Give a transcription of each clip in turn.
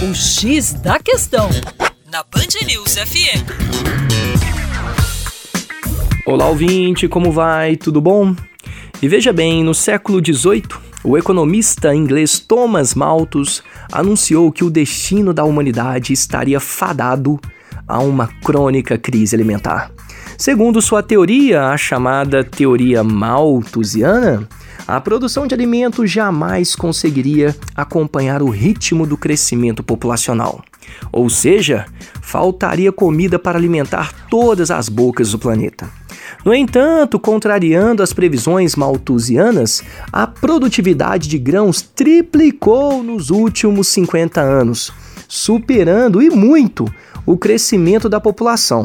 O X da Questão, na Band News FM. Olá, ouvinte, como vai? Tudo bom? E veja bem, no século XVIII, o economista inglês Thomas Malthus anunciou que o destino da humanidade estaria fadado a uma crônica crise alimentar. Segundo sua teoria, a chamada teoria malthusiana, a produção de alimentos jamais conseguiria acompanhar o ritmo do crescimento populacional. Ou seja, faltaria comida para alimentar todas as bocas do planeta. No entanto, contrariando as previsões malthusianas, a produtividade de grãos triplicou nos últimos 50 anos, superando e muito o crescimento da população.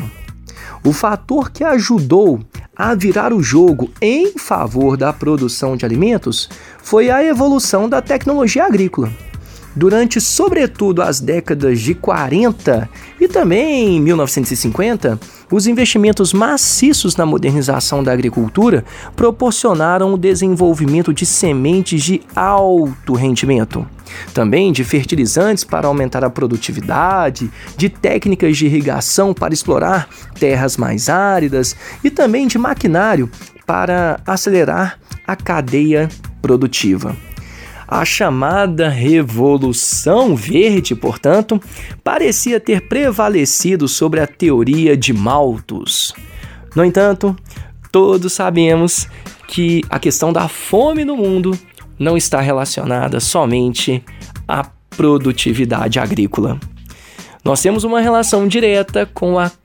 O fator que ajudou a virar o jogo em favor da produção de alimentos foi a evolução da tecnologia agrícola. Durante, sobretudo, as décadas de 40 e também 1950, os investimentos maciços na modernização da agricultura proporcionaram o desenvolvimento de sementes de alto rendimento, também de fertilizantes para aumentar a produtividade, de técnicas de irrigação para explorar terras mais áridas e também de maquinário para acelerar a cadeia produtiva. A chamada Revolução Verde, portanto, parecia ter prevalecido sobre a teoria de Malthus. No entanto, todos sabemos que a questão da fome no mundo não está relacionada somente à produtividade agrícola. Nós temos uma relação direta com a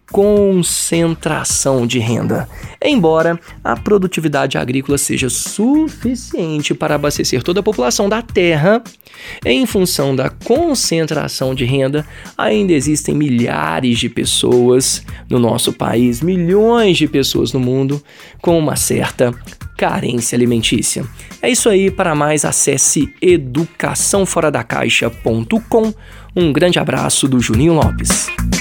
concentração de renda. Embora a produtividade agrícola seja suficiente para abastecer toda a população da Terra, em função da concentração de renda, ainda existem milhares de pessoas no nosso país, milhões de pessoas no mundo, com uma certa carência alimentícia. É isso aí, para mais acesse educaçãoforadacaixa.com. Um grande abraço do Juninho Lopes.